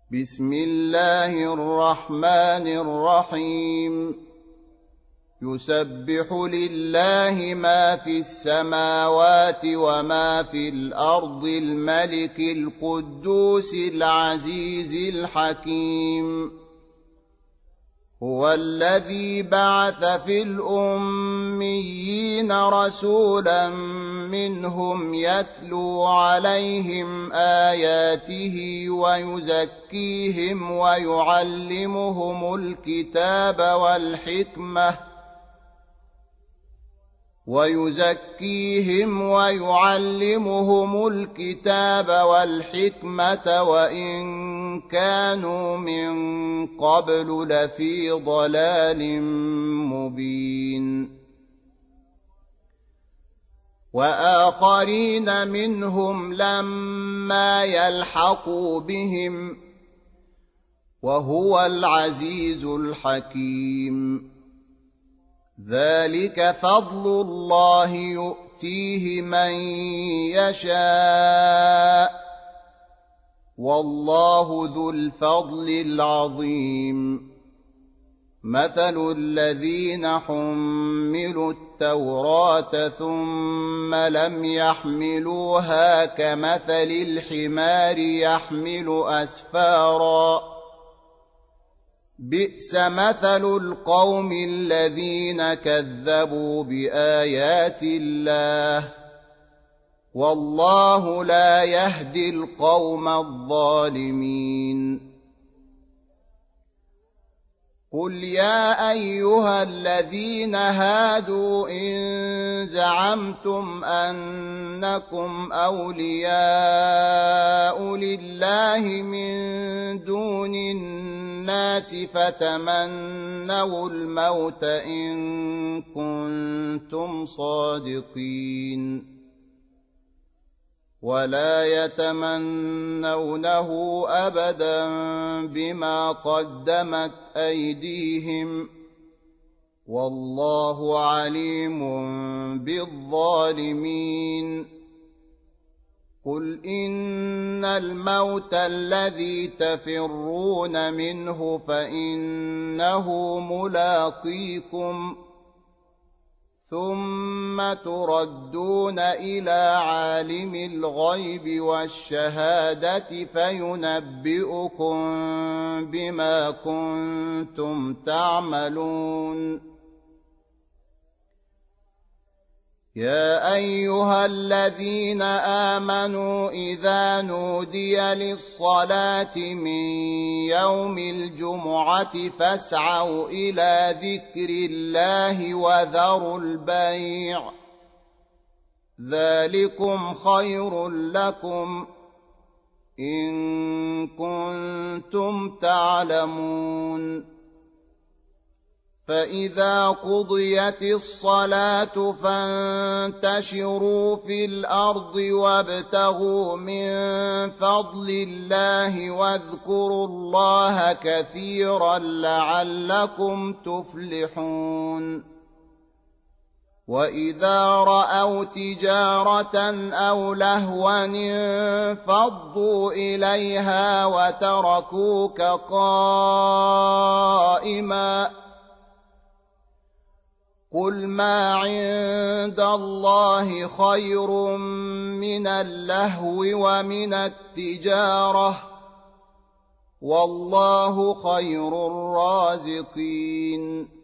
بسم الله الرحمن الرحيم يسبح لله ما في السماوات وما في الأرض الملك القدوس العزيز الحكيم هو الذي بعث في الأميين رسولا منهم يتلو عليهم آياته ويزكيهم ويعلمهم الكتاب والحكمة وإن كانوا من قبل لفي ضلال مبين وآخرين منهم لما يلحقوا بهم وهو العزيز الحكيم ذلك فضل الله يؤتيه من يشاء والله ذو الفضل العظيم مثل الذين حملوا التوراة ثم لم يحملوها كمثل الحمار يحمل أسفارا بئس مثل القوم الذين كذبوا بآيات الله والله لا يهدي القوم الظالمين قل يا أيها الذين هادوا إن زعمتم أنكم أولياء لله من دون الناس فتمنوا الموت إن كنتم صادقين ولا يتمنونه أبدا بما قدمت أيديهم والله عليم بالظالمين قل إن الموت الذي تفرون منه فإنه ملاقيكم ثم تردون إلى عالم الغيب والشهادة فينبئكم بما كنتم تعملون يا أيها الذين آمنوا إذا نودي للصلاة من يوم الجمعة فاسعوا إلى ذكر الله وذروا البيع ذلكم خير لكم إن كنتم تعلمون فإذا قضيت الصلاة فانتشروا في الأرض وابتغوا من فضل الله واذكروا الله كثيرا لعلكم تفلحون وإذا رأوا تجارة أو لهوا انفضوا إليها وتركوك قائما قل ما عند الله خير من اللهو ومن التجارة والله خير الرازقين